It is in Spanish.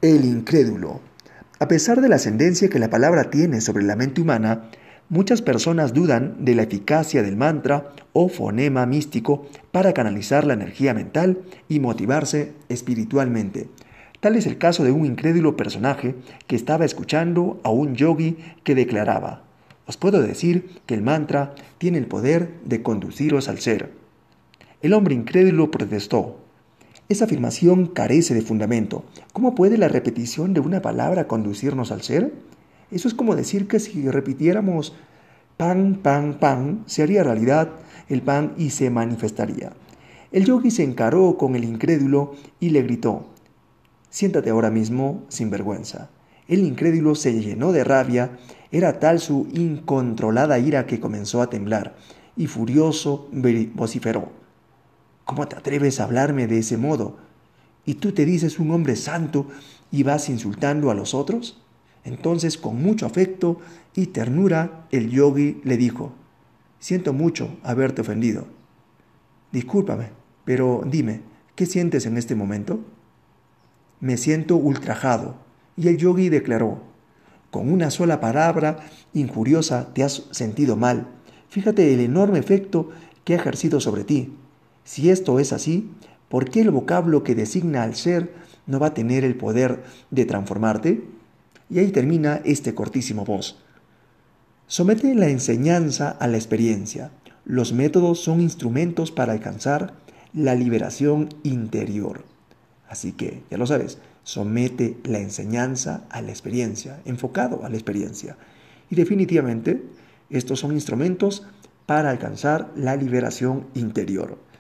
El incrédulo. A pesar de la ascendencia que la palabra tiene sobre la mente humana, muchas personas dudan de la eficacia del mantra o fonema místico para canalizar la energía mental y motivarse espiritualmente. Tal es el caso de un incrédulo personaje que estaba escuchando a un yogi que declaraba: "Os puedo decir que el mantra tiene el poder de conduciros al ser". El hombre incrédulo protestó: "Esa afirmación carece de fundamento. ¿Cómo puede la repetición de una palabra conducirnos al ser? Eso es como decir que si repitiéramos pan, pan, pan, se haría realidad el pan y se manifestaría". El yogi se encaró con el incrédulo y le gritó: "Siéntate ahora mismo, sin vergüenza". El incrédulo se llenó de rabia. Era tal su incontrolada ira que comenzó a temblar y furioso vociferó: "¿Cómo te atreves a hablarme de ese modo? ¿Y tú te dices un hombre santo y vas insultando a los otros?". Entonces, con mucho afecto y ternura, el yogi le dijo: "Siento mucho haberte ofendido. Discúlpame, pero dime, ¿qué sientes en este momento?". "Me siento ultrajado". Y el yogi declaró: "Con una sola palabra injuriosa te has sentido mal. Fíjate el enorme efecto que ha ejercido sobre ti. Si esto es así, ¿por qué el vocablo que designa al ser no va a tener el poder de transformarte?". Y ahí termina este cortísimo post. Somete la enseñanza a la experiencia. Los métodos son instrumentos para alcanzar la liberación interior. Así que, ya lo sabes, somete la enseñanza a la experiencia, enfocado a la experiencia. Y definitivamente, estos son instrumentos para alcanzar la liberación interior.